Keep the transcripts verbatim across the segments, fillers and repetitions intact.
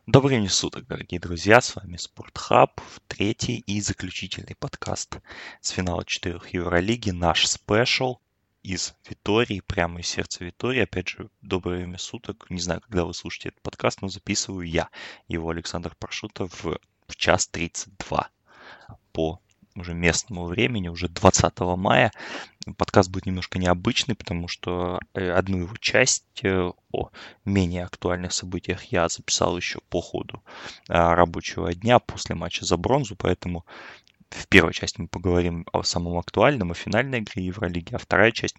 Добрый день суток, дорогие друзья, с вами Спортхаб, третий и заключительный подкаст с финала четырех Евролиги, наш спешл из Витории, прямо из сердца Витории. Опять же, доброе время суток, не знаю, когда вы слушаете этот подкаст, но записываю я, его Александр Паршутов, в, в час тридцать два по уже местному времени, уже двадцатого мая. Подкаст будет немножко необычный, потому что одну его часть о менее актуальных событиях я записал еще по ходу рабочего дня после матча за бронзу, поэтому в первой части мы поговорим о самом актуальном, о финальной игре Евролиги, а вторая часть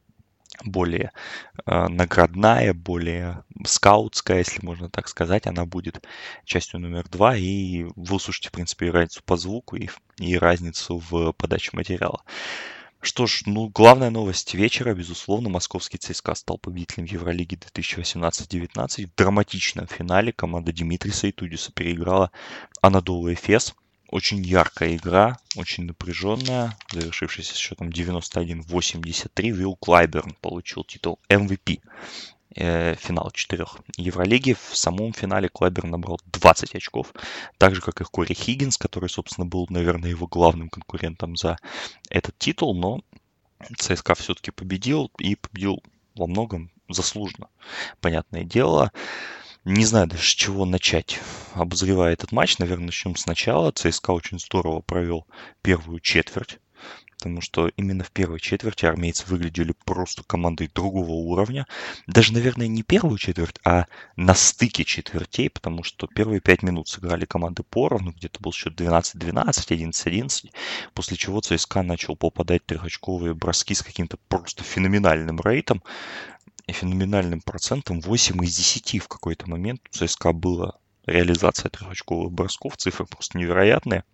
более э, наградная, более скаутская, если можно так сказать. Она будет частью номер два, и вы услышите, в принципе, и разницу по звуку, и, и разницу в подаче материала. Что ж, ну, главная новость вечера, безусловно, московский ЦСКА стал победителем Евролиги две тысячи восемнадцать девятнадцать. В драматичном финале команда Димитриса Итудиса переиграла Анадолу Эфес. Очень яркая игра, очень напряженная, завершившаяся счетом девяносто один восемьдесят три. Уилл Клайберн получил титул эм ви пи э, финал четырех Евролиги. В самом финале Клайберн набрал двадцать очков, так же, как и Кори Хиггинс, который, собственно, был, наверное, его главным конкурентом за этот титул, но ЦСКА все-таки победил и победил во многом заслуженно. Понятное дело. Не знаю даже, с чего начать, обозревая этот матч. Наверное, начнем сначала. ЦСКА очень здорово провел первую четверть, потому что именно в первой четверти армейцы выглядели просто командой другого уровня. Даже, наверное, не первую четверть, а на стыке четвертей, потому что первые пять минут сыграли команды поровну, где-то был счет двенадцать двенадцать, одиннадцать одиннадцать, после чего ЦСКА начал попадать трехочковые броски с каким-то просто феноменальным рейтом и феноменальным процентом. восемь из десяти в какой-то момент у ЦСКА была реализация трехочковых бросков, цифры просто невероятные.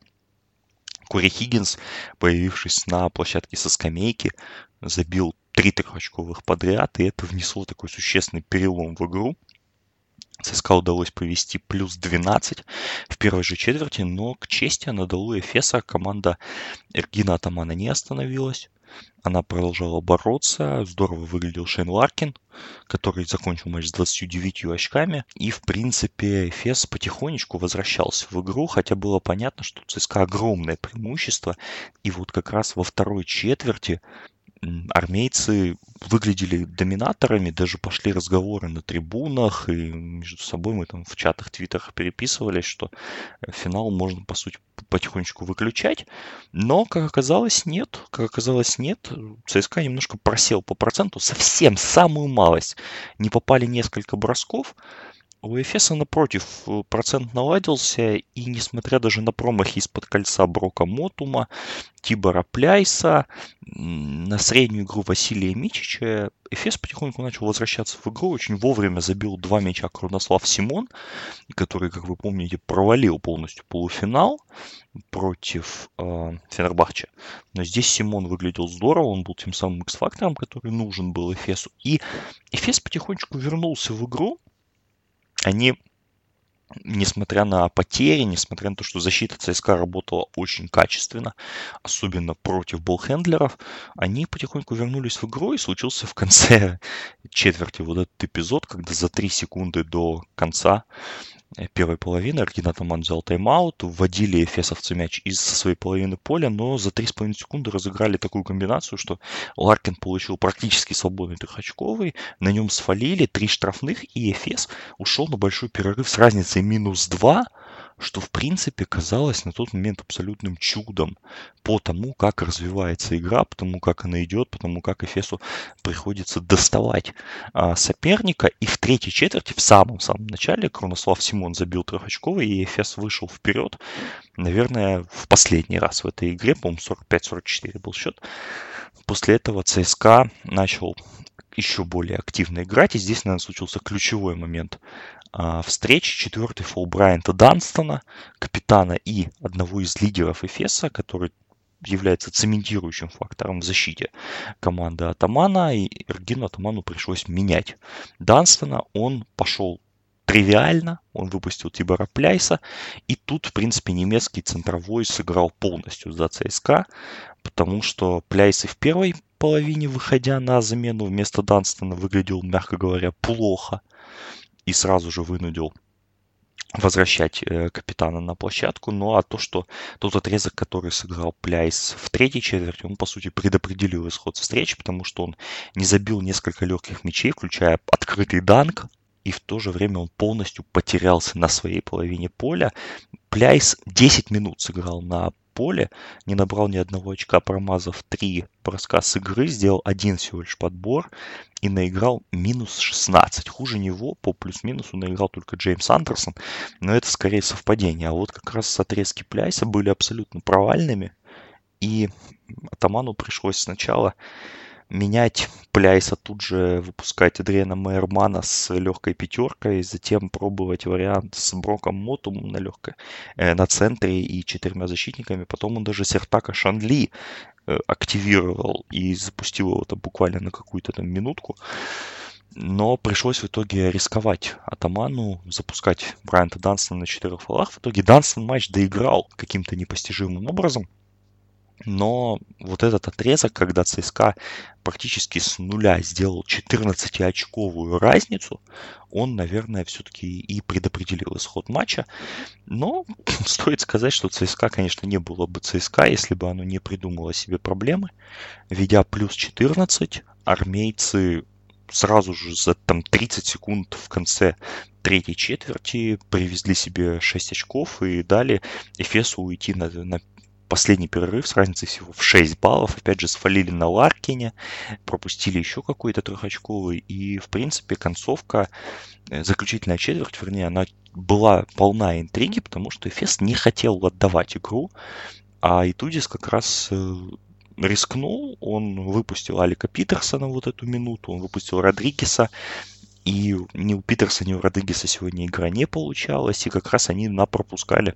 Кори Хиггинс, появившись на площадке со скамейки, забил три трехочковых подряд, и это внесло такой существенный перелом в игру. ЦСКА удалось повести плюс двенадцать в первой же четверти, но к чести Анадолу Эфеса команда Эргина Атамана не остановилась. Она продолжала бороться. Здорово выглядел Шейн Ларкин, который закончил матч с двадцатью девятью очками. И, в принципе, Эфес потихонечку возвращался в игру, хотя было понятно, что у ЦСКА огромное преимущество. И вот как раз во второй четверти армейцы выглядели доминаторами, даже пошли разговоры на трибунах, и между собой мы там в чатах, твиттерах переписывались, что финал можно, по сути, потихонечку выключать. Но, как оказалось, нет. Как оказалось, нет. ЦСКА немножко просел по проценту, совсем самую малость. Не попали несколько бросков. У Эфеса, напротив, процент наладился, и несмотря даже на промахи из-под кольца Брока Мотума, Тибора Пляйса, на среднюю игру Василия Мичича, Эфес потихоньку начал возвращаться в игру. Очень вовремя забил два мяча Крунослав Симон, который, как вы помните, провалил полностью полуфинал против э, Фенербахче. Но здесь Симон выглядел здорово, он был тем самым X-фактором, который нужен был Эфесу. И Эфес потихонечку вернулся в игру. Они, несмотря на потери, несмотря на то, что защита ЦСКА работала очень качественно, особенно против болхендлеров, они потихоньку вернулись в игру, и случился в конце четверти вот этот эпизод, когда за три секунды до конца первой половины Эргин Атаман взял тайм-аут, вводили эфесовцы мяч из своей половины поля, но за три с половиной секунды разыграли такую комбинацию, что Ларкин получил практически свободный трехочковый, на нем сфалили три штрафных, и Эфес ушел на большой перерыв с разницей минус два, что в принципе казалось на тот момент абсолютным чудом по тому, как развивается игра, по тому, как она идет, по тому, как Эфесу приходится доставать а, соперника. И в третьей четверти, в самом-самом начале, Крунослав Симон забил трехочковый, и Эфес вышел вперед, наверное, в последний раз в этой игре, по-моему, сорок пять сорок четыре был счет. После этого ЦСКА начал еще более активно играть, и здесь, наверное, случился ключевой момент а, встречи. Четвертый фол Брайанта Данстона, капитана и одного из лидеров Эфеса, который является цементирующим фактором в защите команды Атамана, и Эргину Атаману пришлось менять Данстона. Он пошел тривиально, он выпустил Тибора Пляйса, и тут, в принципе, немецкий центровой сыграл полностью за ЦСКА, потому что Пляйс и в первой половине, выходя на замену вместо Данстона, выглядел, мягко говоря, плохо, и сразу же вынудил возвращать э, капитана на площадку. Ну а то, что тот отрезок, который сыграл Пляйс в третьей четверти, он, по сути, предопределил исход встречи, потому что он не забил несколько легких мячей, включая открытый данк, и в то же время он полностью потерялся на своей половине поля. Пляйс десять минут сыграл на поле, не набрал ни одного очка, промазав три броска с игры, сделал один всего лишь подбор и наиграл минус шестнадцать. Хуже него по плюс-минусу наиграл только Джеймс Андерсон, но это скорее совпадение. А вот как раз отрезки Пляйса были абсолютно провальными, и Атаману пришлось сначала менять Пляйса, тут же выпускать Адриана Мейермана с легкой пятеркой, затем пробовать вариант с Броком Мотумом на легкой, э, на центре и четырьмя защитниками. Потом он даже Сертака Шанли э, активировал и запустил его там буквально на какую-то там минутку. Но пришлось в итоге рисковать Атаману, запускать Брайанта Данстона на четырех фолах. В итоге Данстон матч доиграл каким-то непостижимым образом. Но вот этот отрезок, когда ЦСКА практически с нуля сделал четырнадцатиочковую разницу, он, наверное, все-таки и предопределил исход матча. Но стоит сказать, что ЦСКА, конечно, не было бы ЦСКА, если бы оно не придумало себе проблемы. Ведя плюс четырнадцать, армейцы сразу же за там, тридцать секунд в конце третьей четверти привезли себе шесть очков и дали Эфесу уйти на, на последний перерыв с разницей всего в шесть баллов. Опять же, свалили на Ларкине, пропустили еще какой-то трехочковый. И, в принципе, концовка, заключительная четверть, вернее, она была полна интриги, потому что Эфес не хотел отдавать игру, а Итудис как раз рискнул. Он выпустил Алика Питерсона вот эту минуту, он выпустил Родригеса. И ни у Питерса, ни у Родригеса сегодня игра не получалась, и как раз они напропускали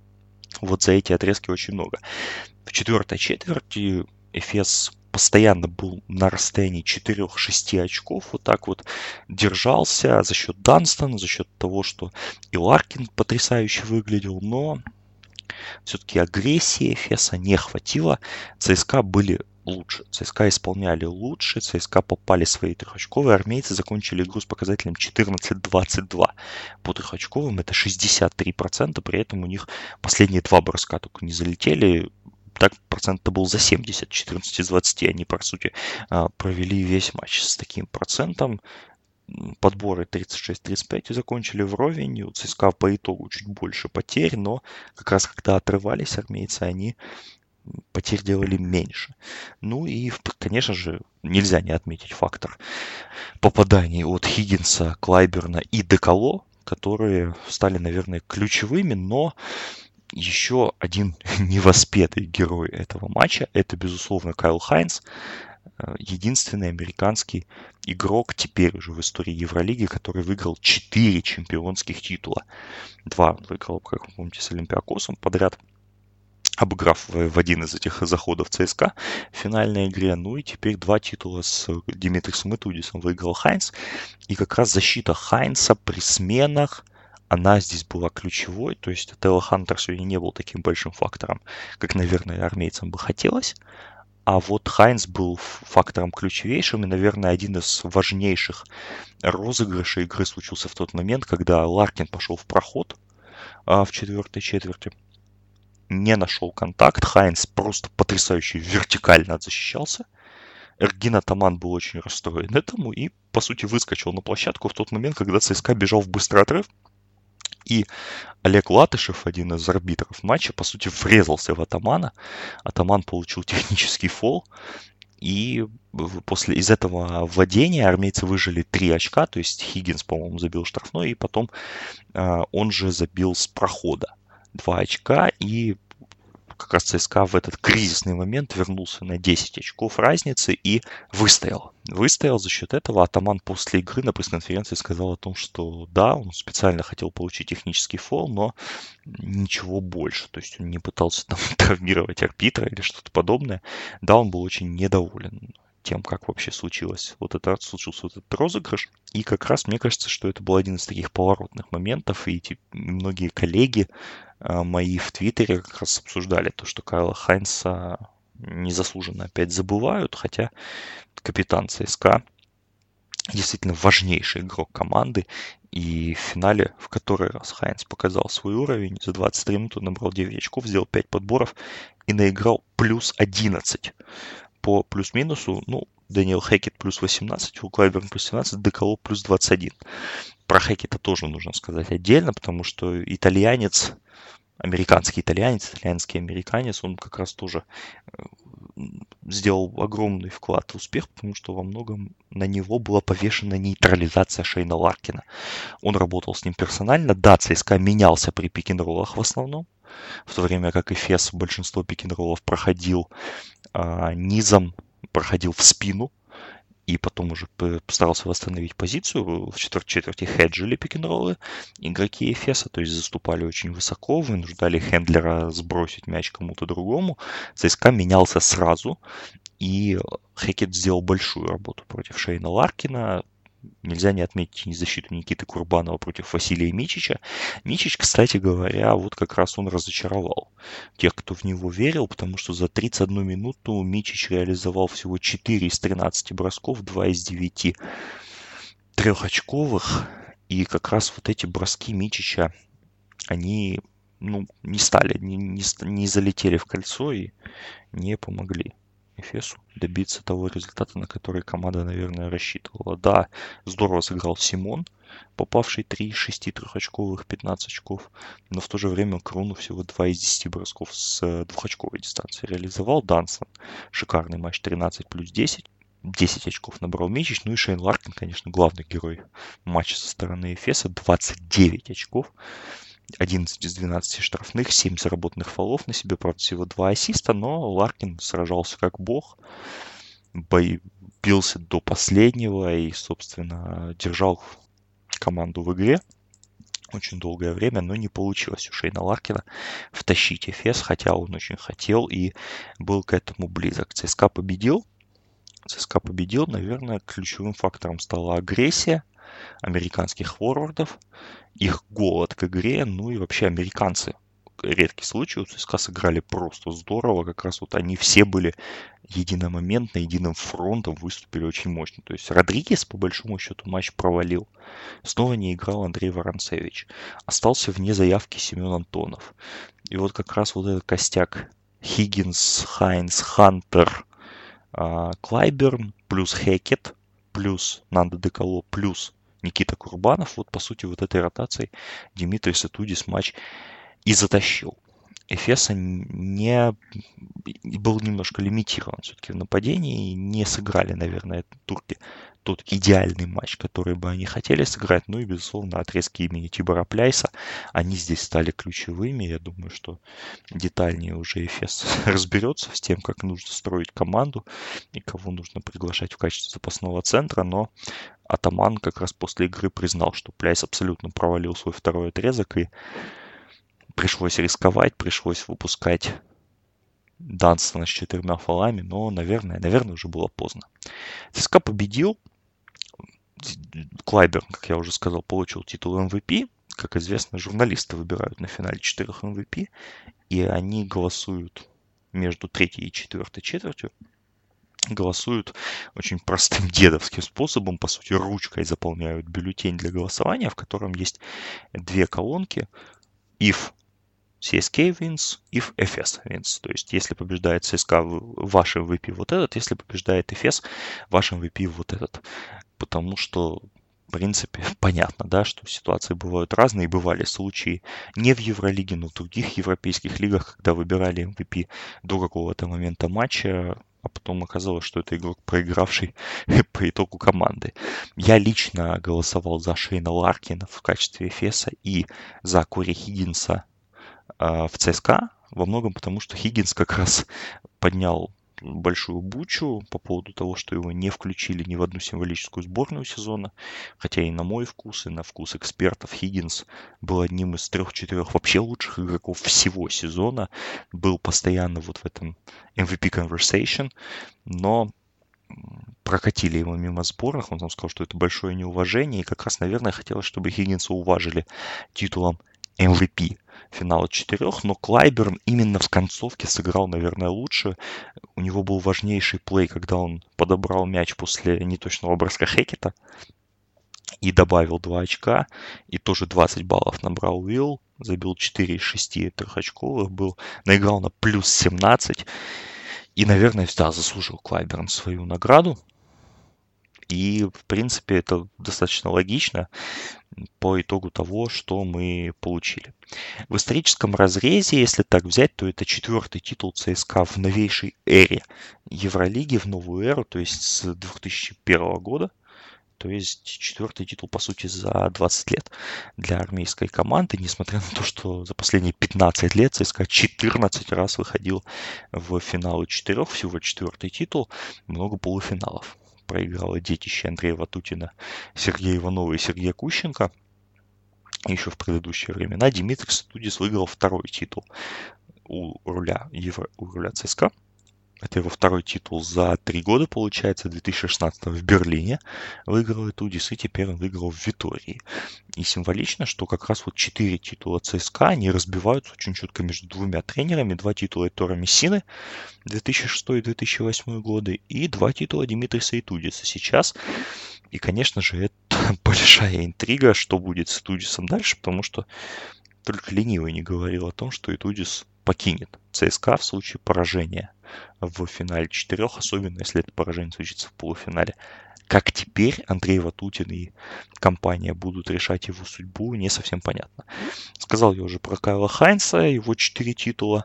вот за эти отрезки очень много. В четвертой четверти Эфес постоянно был на расстоянии четырех-шести очков, вот так вот держался за счет Данстона, за счет того, что и Ларкин потрясающе выглядел, но все-таки агрессии Эфеса не хватило. ЦСКА были лучше. ЦСКА исполняли лучше, ЦСКА попали свои трехочковые, армейцы закончили игру с показателем четырнадцать двадцать два. По трехочковым это шестьдесят три процента, при этом у них последние два броска только не залетели. Так процент-то был за семьдесят, четырнадцать из двадцати. Они, по сути, провели весь матч с таким процентом. Подборы тридцать шесть тридцать пять и закончили вровень. У ЦСКА по итогу чуть больше потерь, но как раз когда отрывались армейцы, они потерь делали меньше. Ну и, конечно же, нельзя не отметить фактор попаданий от Хиггинса, Клайберна и Деколо, которые стали, наверное, ключевыми, но еще один невоспетый герой этого матча – это, безусловно, Кайл Хайнс, единственный американский игрок теперь уже в истории Евролиги, который выиграл четыре чемпионских титула. Два он выиграл, как вы помните, с Олимпиакосом подряд, обыграв в один из этих заходов ЦСКА в финальной игре. Ну и теперь два титула с Димитрисом Итудисом выиграл Хайнс. И как раз защита Хайнса при сменах, она здесь была ключевой. То есть Тело Хантер сегодня не был таким большим фактором, как, наверное, армейцам бы хотелось. А вот Хайнс был фактором ключевейшим, и, наверное, один из важнейших розыгрышей игры случился в тот момент, когда Ларкин пошел в проход а, в четвертой четверти. Не нашел контакт. Хайнс просто потрясающе вертикально защищался. Эргин Атаман был очень расстроен этому и, по сути, выскочил на площадку в тот момент, когда ЦСКА бежал в быстрый отрыв. И Олег Латышев, один из арбитров матча, по сути, врезался в Атамана. Атаман получил технический фол. И после из этого владения армейцы выжили три очка. То есть Хиггинс, по-моему, забил штрафной. И потом э, он же забил с прохода два очка. И как раз ЦСКА в этот кризисный момент вернулся на десять очков разницы и выстоял. Выстоял за счет этого. Атаман после игры на пресс-конференции сказал о том, что да, он специально хотел получить технический фол, но ничего больше. То есть он не пытался там травмировать арбитра или что-то подобное. Да, он был очень недоволен тем, как вообще случилось вот это, случился вот этот розыгрыш. И как раз мне кажется, что это был один из таких поворотных моментов. И типа, многие коллеги э, мои в Твиттере как раз обсуждали то, что Кайла Хайнса незаслуженно опять забывают, хотя капитан ЦСКА действительно важнейший игрок команды. И в финале в который раз Хайнс показал свой уровень. За двадцать три минуты набрал девять очков, сделал пять подборов и наиграл плюс одиннадцать. По плюс-минусу, ну, Дэниел Хэкет плюс восемнадцать, Фил Клайберн плюс семнадцать, Деколо плюс двадцать один. Про Хэкета тоже нужно сказать отдельно, потому что итальянец, американский итальянец, итальянский американец, он как раз тоже сделал огромный вклад в успех, потому что во многом на него была повешена нейтрализация Шейна Ларкина. Он работал с ним персонально. Да, ЦСКА менялся при пик-н-роллах в основном, в то время как Эфес большинство пик-н-роллов проходил а, низом, проходил в спину, и потом уже постарался восстановить позицию. В четвертой четверти хеджили пик-н-роллы игроки Эфеса, то есть заступали очень высоко, вынуждали хендлера сбросить мяч кому-то другому. ЦСКА менялся сразу, и Хэкет сделал большую работу против Шейна Ларкина. Нельзя не отметить защиту Никиты Курбанова против Василия Мичича. Мичич, кстати говоря, вот как раз он разочаровал тех, кто в него верил, потому что за тридцать одну минуту Мичич реализовал всего четыре из тринадцати бросков, два из девяти трехочковых. И как раз вот эти броски Мичича, они ну, не стали, не, не, не залетели в кольцо и не помогли Эфесу добиться того результата, на который команда, наверное, рассчитывала. Да, здорово сыграл Симон, попавший три из шести трехочковых, пятнадцать очков, но в то же время Круну всего два из десяти бросков с двухочковой дистанции реализовал. Дансон шикарный матч, тринадцать плюс десять. десять очков набрал Мичич. Ну и Шейн Ларкин, конечно, главный герой матча со стороны Эфеса. двадцать девять очков. одиннадцать из двенадцати штрафных, семь заработанных фолов на себе, правда, всего два ассиста, но Ларкин сражался как бог, бой, бился до последнего и, собственно, держал команду в игре очень долгое время, но не получилось у Шейна Ларкина втащить Эфес, хотя он очень хотел и был к этому близок. ЦСКА победил. ЦСКА победил, наверное, ключевым фактором стала агрессия американских форвардов, их голод к игре, ну и вообще американцы. Редкий случай, у ЦСКА сыграли просто здорово, как раз вот они все были единомоментно, единым фронтом, выступили очень мощно. То есть Родригес, по большому счету, матч провалил. Снова не играл Андрей Воронцевич. Остался вне заявки Семен Антонов. И вот как раз вот этот костяк Хиггинс, Хайнс, Хантер, Клайберн, плюс Хэкет, плюс Нандо Деколо, плюс Никита Курбанов. Вот, по сути, вот этой ротацией Димитрий Сатудис матч и затащил. Эфеса не был немножко лимитирован все-таки в нападении. Не сыграли, наверное, турки тот идеальный матч, который бы они хотели сыграть. Ну и, безусловно, отрезки имени Тибора Пляйса, они здесь стали ключевыми. Я думаю, что детальнее уже Эфес разберется с тем, как нужно строить команду и кого нужно приглашать в качестве запасного центра. Но Атаман как раз после игры признал, что Пляйс абсолютно провалил свой второй отрезок, и пришлось рисковать, пришлось выпускать Данстона с четырьмя фолами, но, наверное, наверное, уже было поздно. ЦСКА победил. Клайберн, как я уже сказал, получил титул эм ви пи. Как известно, журналисты выбирают на финале четырех эм ви пи, и они голосуют между третьей и четвертой четвертью. Голосуют очень простым дедовским способом, по сути, ручкой заполняют бюллетень для голосования, в котором есть две колонки. If си эс кей wins, if Эфес wins. То есть, если побеждает ЦСКА, ваш эм ви пи вот этот, если побеждает Эфес, ваш эм ви пи вот этот. Потому что, в принципе, понятно, да, что ситуации бывают разные, и бывали случаи не в Евролиге, но в других европейских лигах, когда выбирали эм ви пи до какого-то момента матча, а потом оказалось, что это игрок, проигравший по итогу команды. Я лично голосовал за Шейна Ларкина в качестве Эфеса и за Кори Хиггинса в ЦСКА, во многом потому, что Хиггинс как раз поднял большую бучу по поводу того, что его не включили ни в одну символическую сборную сезона, хотя и на мой вкус, и на вкус экспертов Хиггинс был одним из трех-четырех вообще лучших игроков всего сезона, был постоянно вот в этом эм ви пи conversation, но прокатили его мимо сборных, он там сказал, что это большое неуважение, и как раз, наверное, хотелось, чтобы Хиггинса уважили титулом эм ви пи финала четырех, но Клайберн именно в концовке сыграл, наверное, лучше. У него был важнейший плей, когда он подобрал мяч после неточного броска Хэкета и добавил два очка, и тоже двадцать баллов набрал Уилл, забил четыре из шести трехочковых, был, наиграл на плюс семнадцать, и, наверное, да, заслужил Клайберн свою награду. И, в принципе, это достаточно логично по итогу того, что мы получили. В историческом разрезе, если так взять, то это четвертый титул ЦСКА в новейшей эре Евролиги, в новую эру, то есть с две тысячи первого года. То есть четвертый титул, по сути, за двадцать лет для армейской команды, несмотря на то, что за последние пятнадцать лет ЦСКА четырнадцать раз выходил в финалы четырех, всего четвертый титул, много полуфиналов. Проиграло детище Андрея Ватутина, Сергея Иванова и Сергея Кущенко. Еще в предыдущие времена Димитрий Сатудис выиграл второй титул у руля, Евро, у руля ЦСКА. Это его второй титул за три года, получается, в две тысячи шестнадцатом в Берлине выиграл Этудис, и теперь он выиграл в Витории. И символично, что как раз вот четыре титула ЦСКА, они разбиваются очень четко между двумя тренерами. Два титула Ettore Messины две тысячи шестой и две тысячи восьмой годы, и два титула Димитриса Этудиса сейчас. И, конечно же, это большая интрига, что будет с Этудисом дальше, потому что только ленивый не говорил о том, что Этудис покинет ЦСКА в случае поражения в финале четырех, особенно если это поражение случится в полуфинале. Как теперь Андрей Ватутин и компания будут решать его судьбу, не совсем понятно. Сказал я уже про Кайла Хайнса, его четыре титула.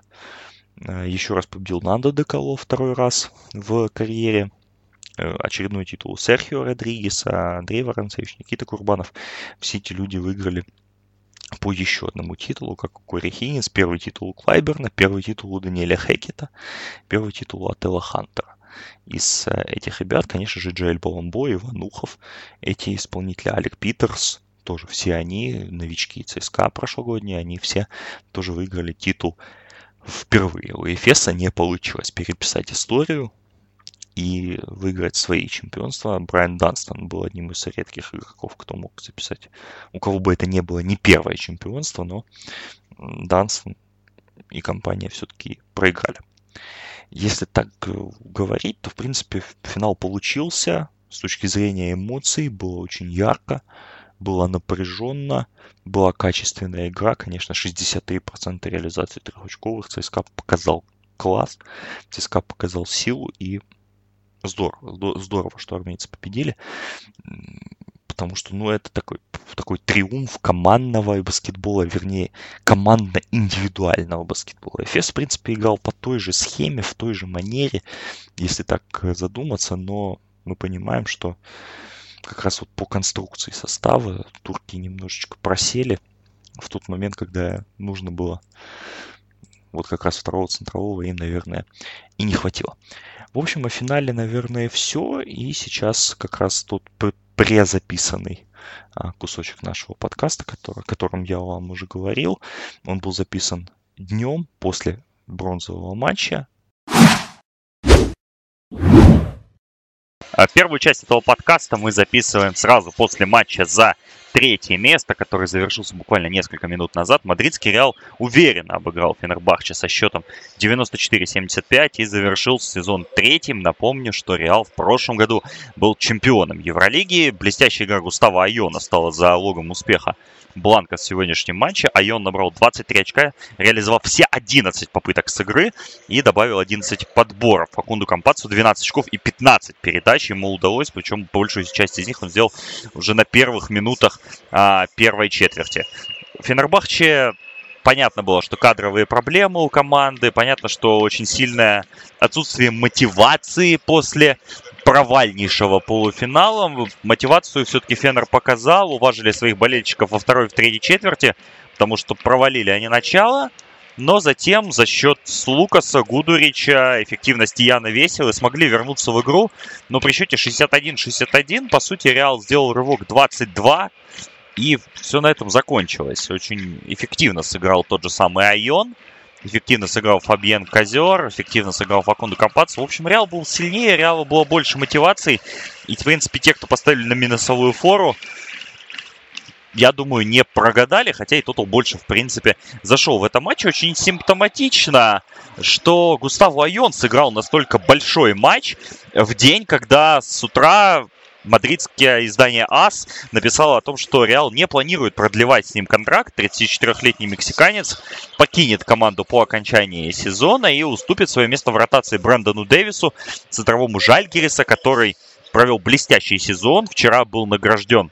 Еще раз победил Нандо де Коло второй раз в карьере. Очередной титул Серхио Родригеса, Андрей Воронцевич, Никита Курбанов. Все эти люди выиграли по еще одному титулу, как у Кори Хиггинс. Первый титул у Клайберна, первый титул у Даниэля Хекета, первый титул у Ателла Хантера. Из этих ребят, конечно же, Джоэль Баламбо, Иван Ухов, эти исполнители, Алек Питерс, тоже все они, новички ЦСКА прошлогодние, они все тоже выиграли титул впервые. У Эфеса не получилось переписать историю и выиграть свои чемпионства. Брайан Данстон был одним из редких игроков, кто мог записать. У кого бы это не было не первое чемпионство, но Данстон и компания все-таки проиграли. Если так говорить, то, в принципе, финал получился. С точки зрения эмоций было очень ярко, было напряженно, была качественная игра. Конечно, шестьдесят три процента реализации трехочковых. ЦСКА показал класс, ЦСКА показал силу, и Здорово, здорово, что армейцы победили, потому что, ну, это такой, такой триумф командного баскетбола, вернее, командно-индивидуального баскетбола. Эфес, в принципе, играл по той же схеме, в той же манере, если так задуматься, но мы понимаем, что как раз вот по конструкции состава турки немножечко просели в тот момент, когда нужно было вот как раз второго центрового, им, наверное, и не хватило. В общем, о финале, наверное, все. И сейчас как раз тот презаписанный кусочек нашего подкаста, который, о котором я вам уже говорил. Он был записан днем после бронзового матча. Первую часть этого подкаста мы записываем сразу после матча за третье место, который завершился буквально несколько минут назад. Мадридский Реал уверенно обыграл Фенербахче со счетом девяносто четыре семьдесят пять и завершил сезон третьим. Напомню, что Реал в прошлом году был чемпионом Евролиги. Блестящая игра Густаво Айона стала залогом успеха Бланка в сегодняшнем матче. Айон набрал двадцать три очка, реализовав все одиннадцать попыток с игры и добавил одиннадцать подборов. Факунду Кампацу двенадцать очков и пятнадцать передач ему удалось, причем большую часть из них он сделал уже на первых минутах а, первой четверти. Фенербахче, понятно было, что кадровые проблемы у команды, понятно, что очень сильное отсутствие мотивации после провальнейшего полуфинала. Мотивацию все-таки Фенер показал, уважили своих болельщиков во второй и в третьей четверти, потому что провалили они начало, но затем за счет Лукаса, Гудурича, эффективности Яна Веселы смогли вернуться в игру, но при счете шестьдесят один шестьдесят один, по сути, Реал сделал рывок двадцать два, и все на этом закончилось. Очень эффективно сыграл тот же самый Айон. Эффективно сыграл Фабьен Козер, эффективно сыграл Факунду Кампацу. В общем, Реал был сильнее, Реалу было больше мотиваций. И, в принципе, те, кто поставили на минусовую фору, я думаю, не прогадали. Хотя и Тотал больше, в принципе, зашел в этом матче. Очень симптоматично, что Густаво Айон сыграл настолько большой матч в день, когда с утра мадридское издание АС написало о том, что Реал не планирует продлевать с ним контракт. тридцатичетырёхлетний мексиканец покинет команду по окончании сезона и уступит свое место в ротации Брэндону Дэвису, центровому Жальгириса, который провел блестящий сезон. Вчера был награжден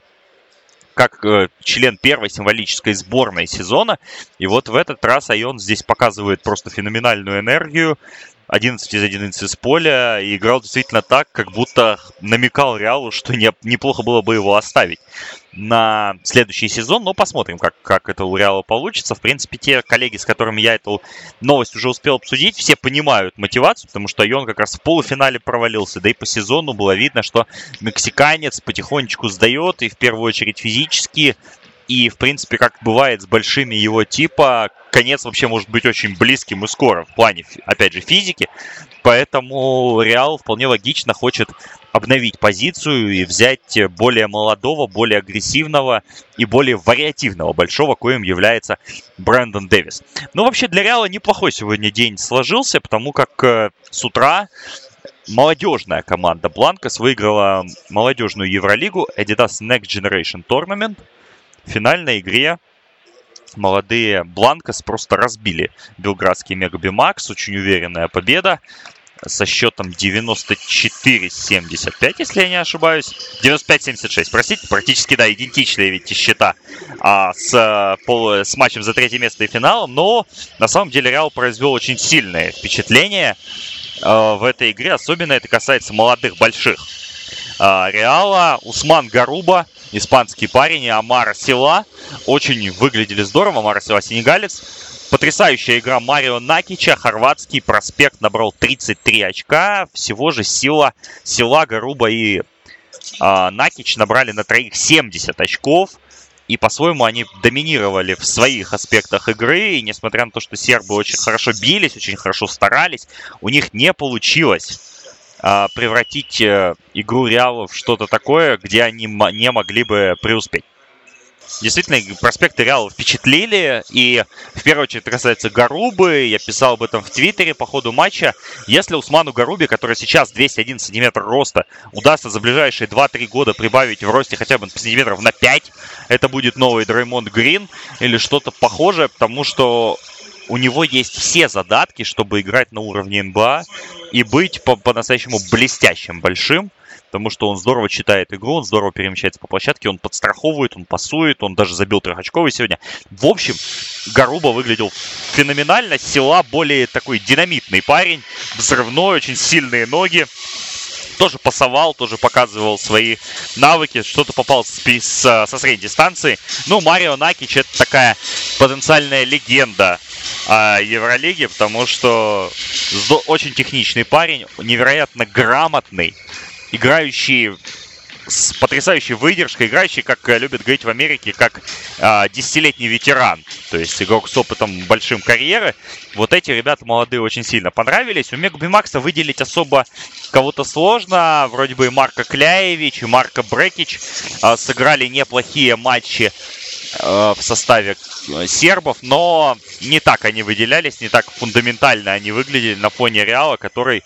как э, член первой символической сборной сезона. И вот в этот раз Айон здесь показывает просто феноменальную энергию. одиннадцать из одиннадцати с поля. И играл действительно так, как будто намекал Реалу, что не, неплохо было бы его оставить на следующий сезон. Но посмотрим, как, как это у Реала получится. В принципе, те коллеги, с которыми я эту новость уже успел обсудить, все понимают мотивацию, потому что Айон как раз в полуфинале провалился. Да и по сезону было видно, что мексиканец потихонечку сдает, и в первую очередь физически. И, в принципе, как бывает с большими его типа, конец вообще может быть очень близким и скоро в плане, опять же, физики. Поэтому Реал вполне логично хочет обновить позицию и взять более молодого, более агрессивного и более вариативного большого, коим является Брэндон Дэвис. Ну, вообще, для Реала неплохой сегодня день сложился, потому как э, с утра молодежная команда Бланкос выиграла молодежную Евролигу Adidas Next Generation Tournament. В финальной игре молодые Бланкос просто разбили белградский Мегаби Макс. Очень уверенная победа со счетом девяносто четыре семьдесят пять, если я не ошибаюсь. девяносто пять семьдесят шесть, простите, практически, да, идентичные ведь счета а, с, пол, с матчем за третье место и финалом. Но на самом деле Реал произвел очень сильное впечатление а, в этой игре. Особенно это касается молодых больших а, Реала. Усман Гаруба, испанский парень, и Амара Сила очень выглядели здорово. Амара Сила сенегалец. Потрясающая игра Марио Накича. Хорватский проспект набрал тридцать три очка. Всего же Сила, Сила Гаруба и э, Накич набрали на троих семьдесят очков. И по-своему они доминировали в своих аспектах игры. И несмотря на то, что сербы очень хорошо бились, очень хорошо старались, у них не получилось э, превратить э, игру Реала в что-то такое, где они м- не могли бы преуспеть. Действительно, проспекты Реала впечатлили, и в первую очередь касается Гарубы. Я писал об этом в Твиттере по ходу матча. Если Усману Гарубе, который сейчас двести один сантиметр роста, удастся за ближайшие два-три года прибавить в росте хотя бы сантиметров на пять, это будет новый Дреймонд Грин или что-то похожее, потому что у него есть все задатки, чтобы играть на уровне эн бэ а и быть по- по-настоящему блестящим большим. Потому что он здорово читает игру, он здорово перемещается по площадке, он подстраховывает, он пасует, он даже забил трехочковый сегодня. В общем, Гаруба выглядел феноменально. Сила более такой динамитный парень, взрывной, очень сильные ноги. Тоже пасовал, тоже показывал свои навыки, что-то попал с, с, со средней дистанции. Ну, Марио Накич — это такая потенциальная легенда а, Евролиги, потому что очень техничный парень, невероятно грамотный, играющий с потрясающей выдержкой, играющий, как любят говорить в Америке, как э, десятилетний ветеран, то есть игрок с опытом большим карьеры. Вот эти ребята молодые очень сильно понравились. У Мегаби Макса выделить особо кого-то сложно. Вроде бы и Марко Кляевич, и Марко Брекич э, сыграли неплохие матчи э, в составе сербов, но не так они выделялись, не так фундаментально они выглядели на фоне Реала, который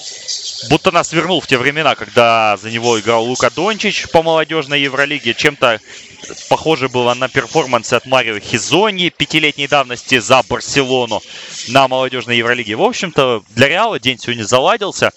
будто нас вернул в те времена, когда за него играл Лука Дончич по молодежной Евролиге. Чем-то похоже было на перформансы от Марио Хизоньи пятилетней давности за Барселону на молодежной Евролиге. В общем-то, для Реала день сегодня заладился.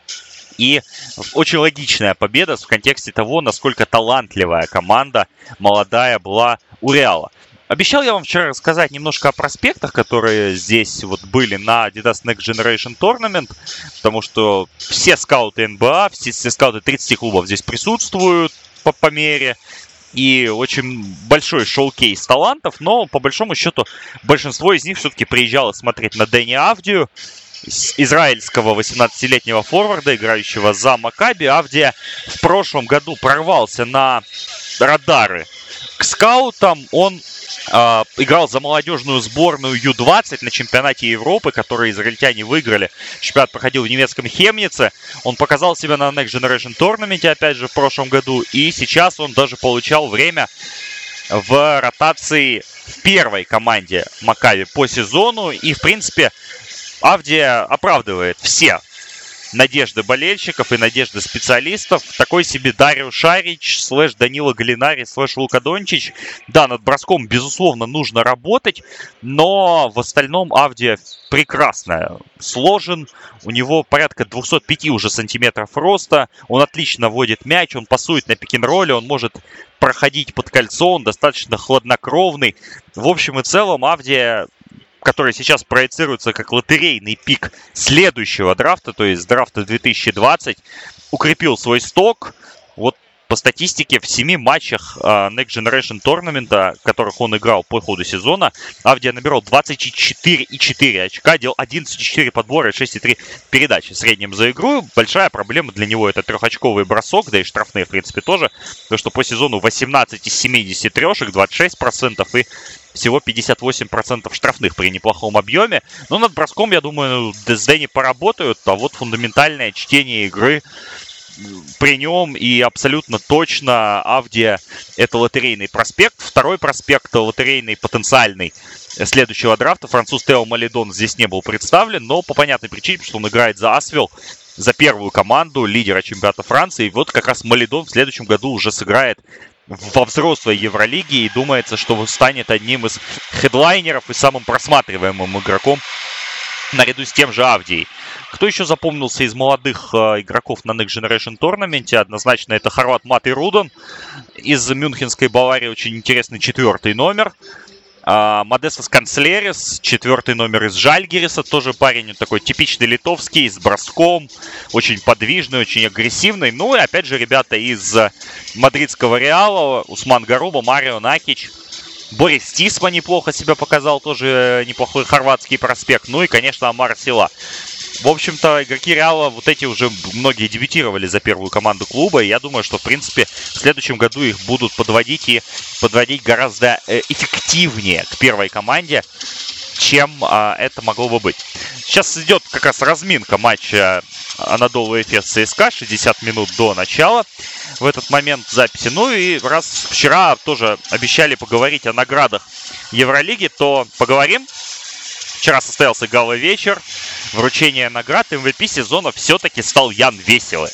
И очень логичная победа в контексте того, насколько талантливая команда молодая была у Реала. Обещал я вам вчера рассказать немножко о проспектах, которые здесь вот были на Adidas Next Generation Tournament, потому что все скауты эн бэ а, все, все скауты тридцати клубов здесь присутствуют по, по мере, и очень большой шоу-кейс талантов, но по большому счету большинство из них все-таки приезжало смотреть на Дэнни Авдию, израильского восемнадцатилетнего форварда, играющего за Макаби. Авдия в прошлом году прорвался на радары к скаутам. Он э, играл за молодежную сборную ю двадцать на чемпионате Европы, который израильтяне выиграли. Чемпионат проходил в немецком Хемнице. Он показал себя на Next Generation Tournament, опять же, в прошлом году. И сейчас он даже получал время в ротации в первой команде Макаби по сезону. И, в принципе, Авдия оправдывает все надежды болельщиков и надежды специалистов. Такой себе Дарио Шарич, слэш Данила Галинари, слэш Лука Дончич. Да, над броском, безусловно, нужно работать, но в остальном Авдия прекрасно сложен. У него порядка двести пять уже сантиметров роста. Он отлично вводит мяч, он пасует на пик-н-ролле, он может проходить под кольцо, он достаточно хладнокровный. В общем и целом Авдия, который сейчас проецируется как лотерейный пик следующего драфта, то есть драфта две тысячи двадцать, укрепил свой сток. Вот по статистике в семи матчах uh, Next Generation Tournament, в которых он играл по ходу сезона, Авдия набирал двадцать четыре и четыре очка, делал одиннадцать и четыре подбора и шесть и три передачи в среднем за игру. Большая проблема для него — это трехочковый бросок, да и штрафные, в принципе, тоже. Потому что по сезону восемнадцать из семидесяти трешек, двадцать шесть процентов и всего пятьдесят восемь процентов штрафных при неплохом объеме. Но над броском, я думаю, с Дэнни поработают, а вот фундаментальное чтение игры при нем, и абсолютно точно Авдия — это лотерейный проспект. Второй проспект, лотерейный, потенциальный, следующего драфта, француз Тео Малидон здесь не был представлен, но по понятной причине, потому что он играет за Асвел, за первую команду лидера чемпионата Франции. И вот как раз Малидон в следующем году уже сыграет во взрослой Евролиге, и думается, что станет одним из хедлайнеров и самым просматриваемым игроком наряду с тем же Авдией. Кто еще запомнился из молодых э, игроков на Next Generation Tournament? Однозначно это хорват Матей Рудон из мюнхенской Баварии, очень интересный четвертый номер. Э, Модестас Канцлерис, четвертый номер из Жальгириса, тоже парень такой типичный литовский, с броском, очень подвижный, очень агрессивный. Ну и опять же ребята из мадридского Реала, Усман Гаруба, Марио Накич. Борис Тисма неплохо себя показал, тоже неплохой хорватский проспект. Ну и, конечно, Амар Сила. В общем-то, игроки Реала, вот эти уже многие дебютировали за первую команду клуба. И я думаю, что, в принципе, в следующем году их будут подводить и подводить гораздо э, эффективнее к первой команде, чем э, это могло бы быть. Сейчас идет как раз разминка матча Анадолу Эфес ЦСКА, шестьдесят минут до начала в этот момент записи. Ну и раз вчера тоже обещали поговорить о наградах Евролиги, то поговорим. Вчера состоялся гала-вечер, вручение наград. эм ви пи сезона все-таки стал Ян Веселый.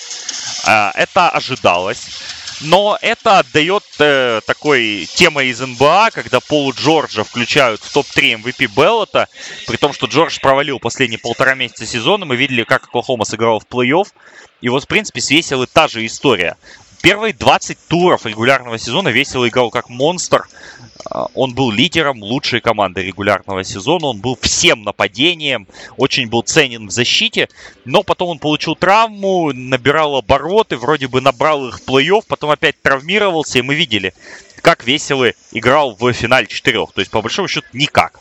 Это ожидалось. Но это отдает э, такой темой из эн бэ а, когда Полу Джорджа включают в топ три эм ви пи Беллота, при том, что Джордж провалил последние полтора месяца сезона. Мы видели, как Оклахома сыграл в плей-офф. И вот, в принципе, с Веселой та же история. Первые двадцать туров регулярного сезона Веселый играл как монстр. Он был лидером лучшей команды регулярного сезона. Он был всем нападением. Очень был ценен в защите. Но потом он получил травму, набирал обороты. Вроде бы набрал их в плей-офф. Потом опять травмировался. И мы видели, как Веселый играл в финале четырех. То есть, по большому счету, никак.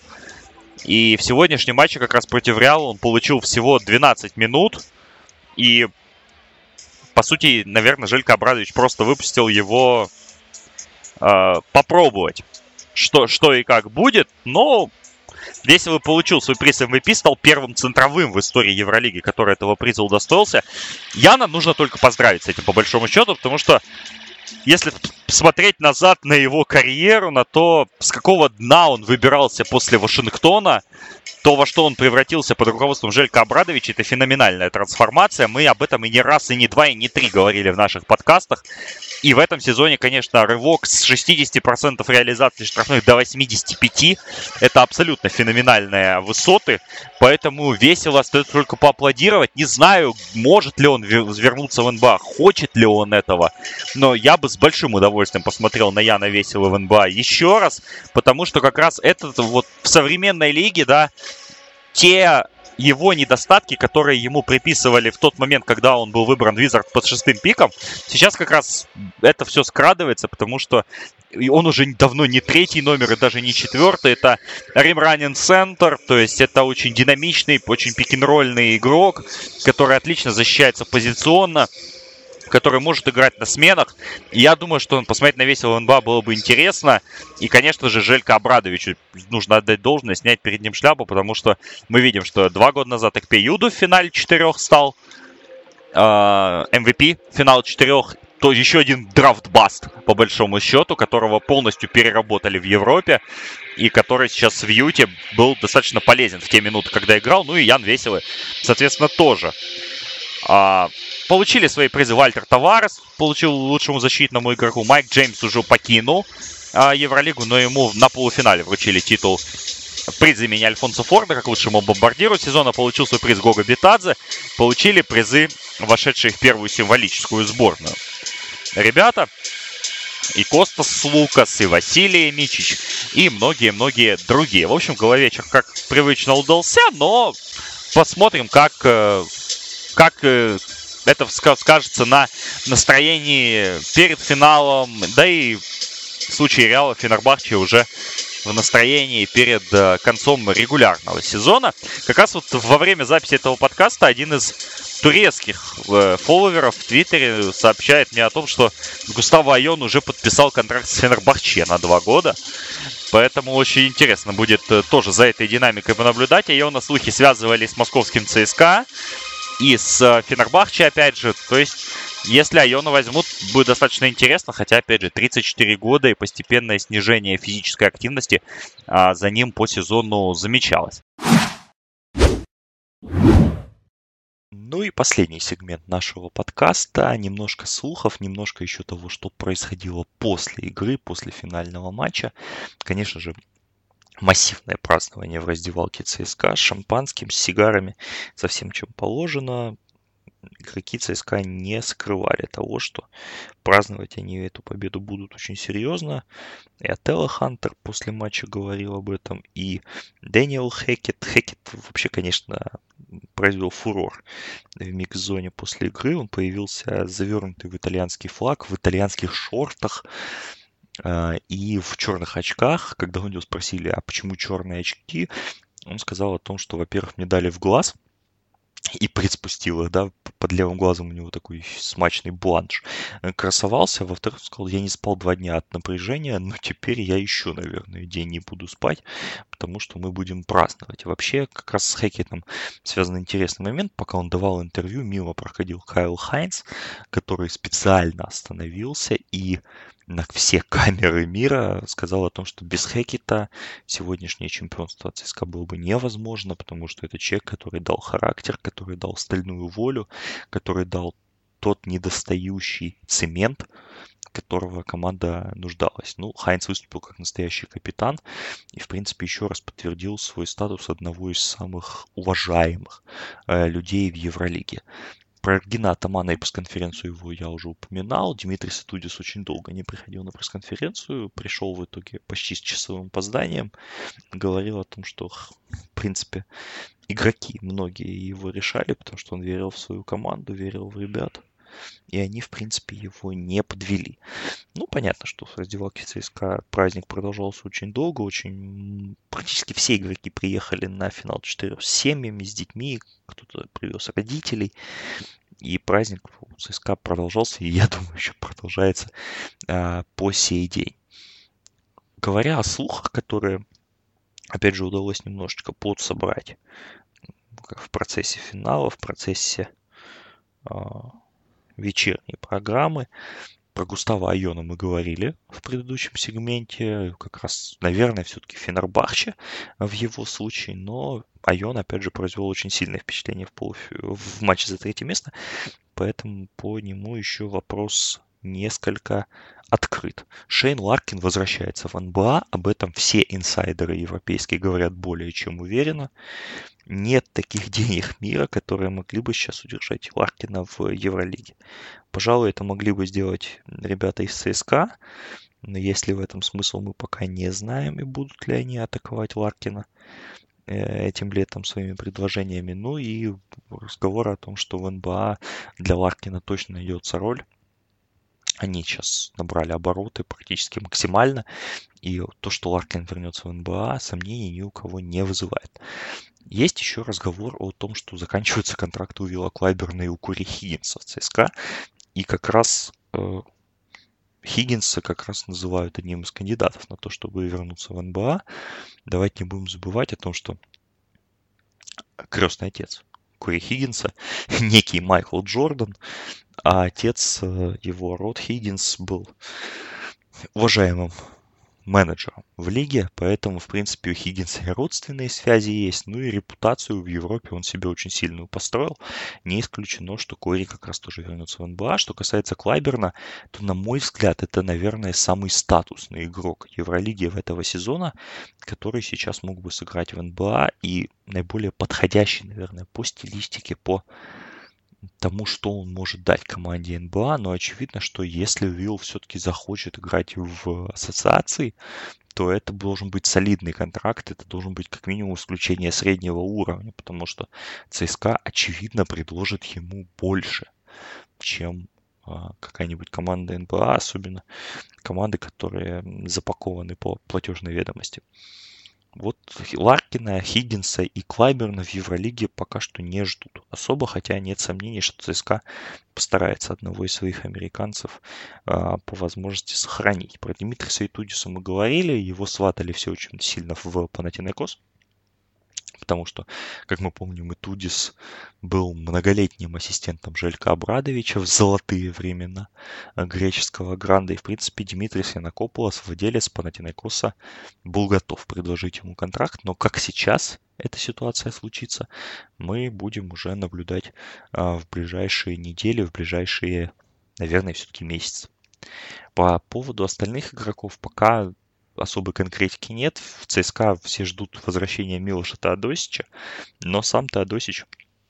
И в сегодняшнем матче как раз против Реала он получил всего двенадцать минут. И, по сути, наверное, Желько Абрадович просто выпустил его э, попробовать, что, что и как будет. Но Веселый получил свой приз эм ви пи, стал первым центровым в истории Евролиги, который этого приза удостоился. Яна нужно только поздравить с этим, по большому счету, потому что если смотреть назад на его карьеру, на то, с какого дна он выбирался после Вашингтона, то, во что он превратился под руководством Желько Абрадовича, это феноменальная трансформация. Мы об этом и не раз, и не два, и не три говорили в наших подкастах. И в этом сезоне, конечно, рывок с шестидесяти процентов реализации штрафных до восьмидесяти пяти процентов. Это абсолютно феноменальные высоты. Поэтому Весело остается только поаплодировать. Не знаю, может ли он вернуться в эн бэ а, хочет ли он этого. Но я бы с большим удовольствием посмотрел на Яна Веселого в эн бэ а еще раз. Потому что как раз это вот в современной лиге, да, те его недостатки, которые ему приписывали в тот момент, когда он был выбран Визард под шестым пиком, сейчас как раз это все скрадывается, потому что он уже давно не третий номер и даже не четвертый. Это rim-running center, то есть это очень динамичный, очень пик-н-ролльный игрок, который отлично защищается позиционно, который может играть на сменах. И я думаю, что посмотреть на Веселого эн бэ а было бы интересно. И, конечно же, Желько Абрадовичу нужно отдать должное, снять перед ним шляпу, потому что мы видим, что два года назад Экпе Юду в финале четырех стал э, эм ви пи финала четырех. То еще один драфт-баст, по большому счету, которого полностью переработали в Европе. И который сейчас в Юте был достаточно полезен в те минуты, когда играл. Ну и Ян Веселый, соответственно, тоже. А, получили свои призы Вальтер Таварес, получил лучшему защитному игроку. Майк Джеймс уже покинул а, Евролигу, но ему на полуфинале вручили титул приз имени Альфонсо Форда как лучшему бомбардиру сезона. Получил свой приз Гого Битадзе. Получили призы, вошедшие в первую символическую сборную. Ребята, и Костас Лукас, и Василий Мичич, и многие-многие другие. В общем, головечер, как привычно, удался, но посмотрим, как... как это скажется на настроении перед финалом, да и в случае Реала Фенербахче уже в настроении перед концом регулярного сезона. Как раз вот во время записи этого подкаста один из турецких фолловеров в Твиттере сообщает мне о том, что Густаво Айон уже подписал контракт с Фенербахче на два года. Поэтому очень интересно будет тоже за этой динамикой понаблюдать. Айона слухи связывали с московским ЦСКА и с Фенербахче, опять же. То есть, если Айона возьмут, будет достаточно интересно. Хотя, опять же, тридцать четыре года и постепенное снижение физической активности а, за ним по сезону замечалось. Ну и последний сегмент нашего подкаста. Немножко слухов, немножко еще того, что происходило после игры, после финального матча. Конечно же, массивное празднование в раздевалке ЦСКА с шампанским, с сигарами, со всем, чем положено. Игроки ЦСКА не скрывали того, что праздновать они эту победу будут очень серьезно. И Ателло Хантер после матча говорил об этом, и Дэниел Хекет. Хекет вообще, конечно, произвел фурор в микс-зоне после игры. Он появился завернутый в итальянский флаг, в итальянских шортах и в черных очках. Когда у него спросили, а почему черные очки, он сказал о том, что, во-первых, мне дали в глаз и приспустил их, да, под левым глазом у него такой смачный бланш красовался. Во-вторых, он сказал, я не спал два дня от напряжения, но теперь я еще, наверное, день не буду спать, потому что мы будем праздновать. Вообще, как раз с Хекетом связан интересный момент. Пока он давал интервью, мимо проходил Кайл Хайнц, который специально остановился и на все камеры мира сказал о том, что без Хекета сегодняшнее чемпионство ЦСКА было бы невозможно, потому что это человек, который дал характер, который дал стальную волю, который дал тот недостающий цемент, которого команда нуждалась. Ну, Хайнц выступил как настоящий капитан и, в принципе, еще раз подтвердил свой статус одного из самых уважаемых э, людей в Евролиге. Про Эргена Атамана и пресс-конференцию его я уже упоминал. Дмитрий Сатудис очень долго не приходил на пресс-конференцию. Пришел в итоге почти с часовым опозданием. Говорил о том, что, в принципе, игроки многие его решали, потому что он верил в свою команду, верил в ребят. И они, в принципе, его не подвели. Ну, понятно, что в раздевалке ЦСКА праздник продолжался очень долго. Очень... Практически все игроки приехали на финал четырех с семьями, с детьми. Кто-то привез родителей. И праздник у ЦСКА продолжался. И, я думаю, еще продолжается а, по сей день. Говоря о слухах, которые, опять же, удалось немножечко подсобрать в процессе финала, в процессе... А, вечерней программы. Про Густаво Айона мы говорили в предыдущем сегменте. Как раз, наверное, все-таки Фенербахче в его случае. Но Айон, опять же, произвел очень сильное впечатление в, полуф... в матче за третье место. Поэтому по нему еще вопрос несколько открыт. Шейн Ларкин возвращается в эн бэ а. Об этом все инсайдеры европейские говорят более чем уверенно. Нет таких денег мира, которые могли бы сейчас удержать Ларкина в Евролиге. Пожалуй, это могли бы сделать ребята из ЦСКА, но есть ли в этом смысл, мы пока не знаем, и будут ли они атаковать Ларкина этим летом своими предложениями. Ну и разговор о том, что в эн бэ а для Ларкина точно найдется роль. Они сейчас набрали обороты практически максимально, и то, что Ларкин вернется в эн бэ а, сомнений ни у кого не вызывает. Есть еще разговор о том, что заканчиваются контракты у Вилла Клайберна и у Кори Хиггинса в ЦСКА, и как раз э, Хиггинса как раз называют одним из кандидатов на то, чтобы вернуться в эн бэ а. Давайте не будем забывать о том, что крестный отец Кори Хиггинса, некий Майкл Джордан, а отец его, Род Хиггинс, был уважаемым менеджером в лиге, поэтому, в принципе, у Хиггинса и родственные связи есть, ну и репутацию в Европе он себе очень сильную построил. Не исключено, что Кори как раз тоже вернется в эн бэ а. Что касается Клайберна, то, на мой взгляд, это, наверное, самый статусный игрок Евролиги в этого сезона, который сейчас мог бы сыграть в эн бэ а и наиболее подходящий, наверное, по стилистике, по тому, что он может дать команде эн бэ а, но очевидно, что если Уилл все-таки захочет играть в ассоциации, то это должен быть солидный контракт, это должен быть как минимум исключение среднего уровня, потому что ЦСКА, очевидно, предложит ему больше, чем а, какая-нибудь команда эн бэ а, особенно команды, которые запакованы по платежной ведомости. Вот Ларкина, Хиггинса и Клайберна в Евролиге пока что не ждут особо, хотя нет сомнений, что ЦСКА постарается одного из своих американцев а, по возможности сохранить. Про Димитриса Итудиса мы говорили, его сватали все очень сильно в Панатинайкос, потому что, как мы помним, Итудис был многолетним ассистентом Желька Абрадовича в золотые времена греческого гранда. И, в принципе, Димитрис Янакополос, владелец Панатинайкоса, был готов предложить ему контракт. Но как сейчас эта ситуация случится, мы будем уже наблюдать а, в ближайшие недели, в ближайшие, наверное, все-таки месяцы. По поводу остальных игроков пока особой конкретики нет. В ЦСКА все ждут возвращения Милоша Теодосича, но сам Теодосич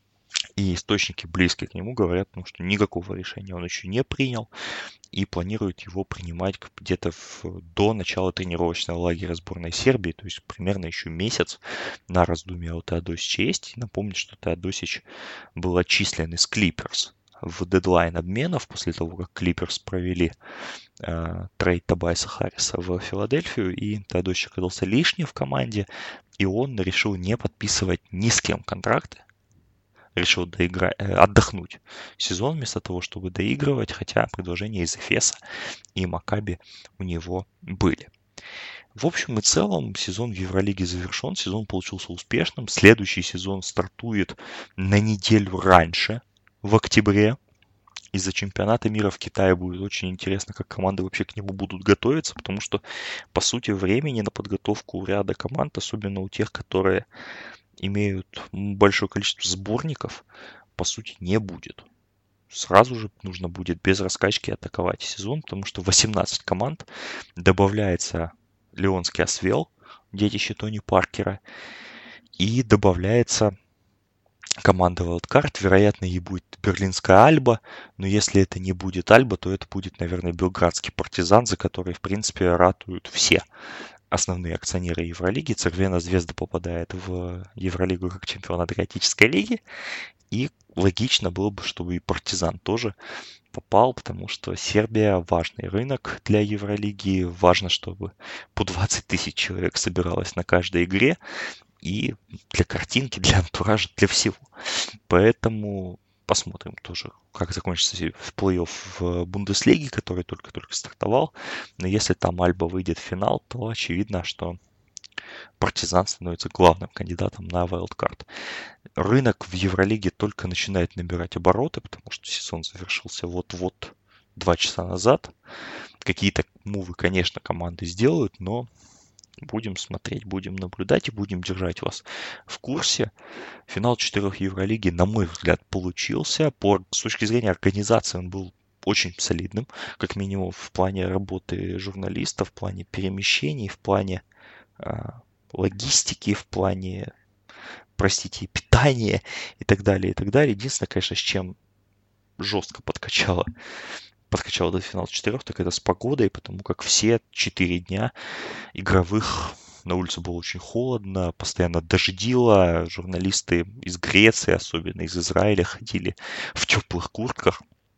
и источники, близкие к нему, говорят, ну, что никакого решения он еще не принял и планирует его принимать где-то в, до начала тренировочного лагеря сборной Сербии, то есть примерно еще месяц на раздумье у Теодосича есть. И напомню, что Теодосич был отчислен из Клиперс в дедлайн обменов после того, как Клиперс провели э, трейд Тобайса Харриса в Филадельфию, и Теодосич оказался лишним в команде, и он решил не подписывать ни с кем контракты, решил доиграть, э, отдохнуть сезон вместо того, чтобы доигрывать, хотя предложения из Эфеса и Макаби у него были. В общем и целом сезон в Евролиге завершен, сезон получился успешным, следующий сезон стартует на неделю раньше, в октябре. Из-за чемпионата мира в Китае будет очень интересно, как команды вообще к нему будут готовиться, потому что, по сути, времени на подготовку у ряда команд, особенно у тех, которые имеют большое количество сборников, по сути, не будет. Сразу же нужно будет без раскачки атаковать сезон, потому что восемнадцать команд, добавляется Леонский Освел, детище Тони Паркера, и добавляется команда Wildcard, вероятно, ей будет Берлинская Альба, но если это не будет Альба, то это будет, наверное, Белградский Партизан, за который, в принципе, ратуют все основные акционеры Евролиги. Цервена Звезда попадает в Евролигу как чемпион Адриатической лиги, и логично было бы, чтобы и Партизан тоже попал, потому что Сербия важный рынок для Евролиги, важно, чтобы по двадцать тысяч человек собиралось на каждой игре, и для картинки, для антуража, для всего. Поэтому посмотрим тоже, как закончится в плей-офф в Бундеслиге, который только-только стартовал. Но если там Альба выйдет в финал, то очевидно, что Партизан становится главным кандидатом на вайлдкарт. Рынок в Евролиге только начинает набирать обороты, потому что сезон завершился вот-вот два часа назад. Какие-то мувы, конечно, команды сделают, но будем смотреть, будем наблюдать и будем держать вас в курсе. Финал четырех Евролиги, на мой взгляд, получился. По, с точки зрения организации он был очень солидным, как минимум в плане работы журналистов, в плане перемещений, в плане э, логистики, в плане, простите, питания и так далее, и так далее. Единственное, конечно, с чем жестко подкачало подкачал до финала четырех, так это с погодой, потому как все четыре дня игровых на улице было очень холодно, постоянно дождило, журналисты из Греции, особенно из Израиля, ходили в теплых куртках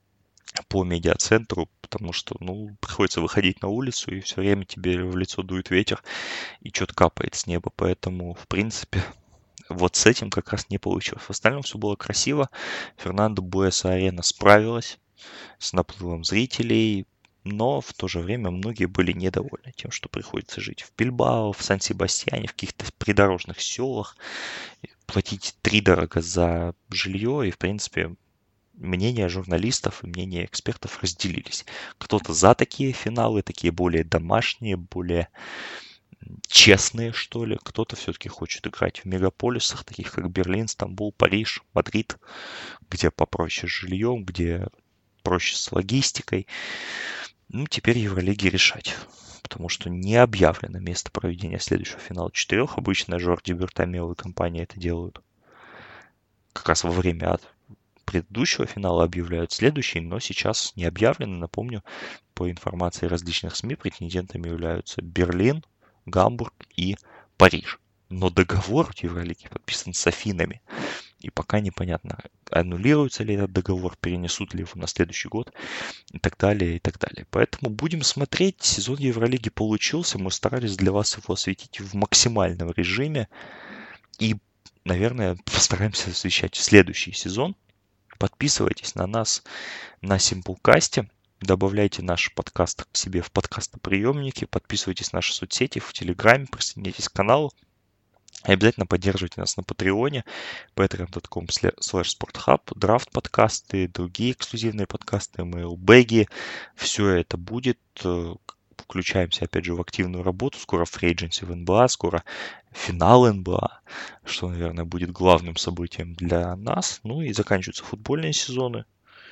по медиацентру, потому что, ну, приходится выходить на улицу, и все время тебе в лицо дует ветер, и что-то капает с неба, поэтому, в принципе, вот с этим как раз не получилось. В остальном все было красиво, Фернандо Буэса-Арена справилась с наплывом зрителей, но в то же время многие были недовольны тем, что приходится жить в Бильбао, в Сан-Себастьяне, в каких-то придорожных селах, платить втридорого за жилье, и, в принципе, мнения журналистов и мнения экспертов разделились. Кто-то за такие финалы, такие более домашние, более честные, что ли. Кто-то все-таки хочет играть в мегаполисах, таких как Берлин, Стамбул, Париж, Мадрид, где попроще с жильем, где проще с логистикой. Ну, теперь Евролиге решать. Потому что не объявлено место проведения следующего финала четырех. Обычно Жорди Бертомео и компания это делают как раз во время от предыдущего финала объявляют следующий, но сейчас не объявлено. Напомню, по информации различных СМИ претендентами являются Берлин, Гамбург и Париж. Но договор в Евролиге подписан с Афинами. И пока непонятно, аннулируется ли этот договор, перенесут ли его на следующий год и так далее, и так далее. Поэтому будем смотреть. Сезон Евролиги получился. Мы старались для вас его осветить в максимальном режиме. И, наверное, постараемся освещать следующий сезон. Подписывайтесь на нас на Simplecast. Добавляйте наш подкаст к себе в подкастоприемники. Подписывайтесь на наши соцсети в Телеграме. Присоединяйтесь к каналу. И обязательно поддерживайте нас на Патреоне, patreon точка com слэш sporthub, драфт подкасты, другие эксклюзивные подкасты, мейлбэги. Все это будет. Включаемся, опять же, в активную работу. Скоро фри-эйдженси в эн бэ а, скоро финал эн бэ а, что, наверное, будет главным событием для нас. Ну и заканчиваются футбольные сезоны.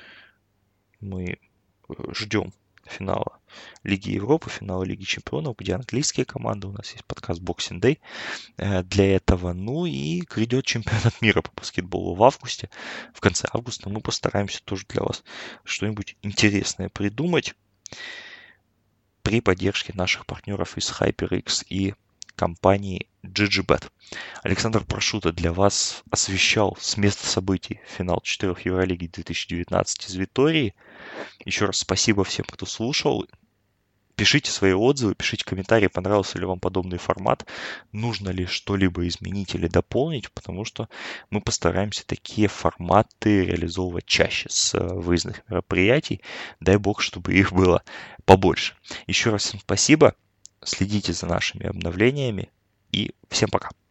Мы ждем финала Лиги Европы, финала Лиги Чемпионов, где английские команды. У нас есть подкаст Boxing Day для этого. Ну и грядет чемпионат мира по баскетболу в августе. В конце августа мы постараемся тоже для вас что-нибудь интересное придумать при поддержке наших партнеров из HyperX и компании джи джи бет. Александр Прошута для вас освещал с места событий финал четырех Евролиги две тысячи девятнадцать из Витории. Еще раз спасибо всем, кто слушал. Пишите свои отзывы, пишите комментарии, понравился ли вам подобный формат, нужно ли что-либо изменить или дополнить, потому что мы постараемся такие форматы реализовывать чаще с выездных мероприятий. Дай бог, чтобы их было побольше. Еще раз всем спасибо, следите за нашими обновлениями и всем пока.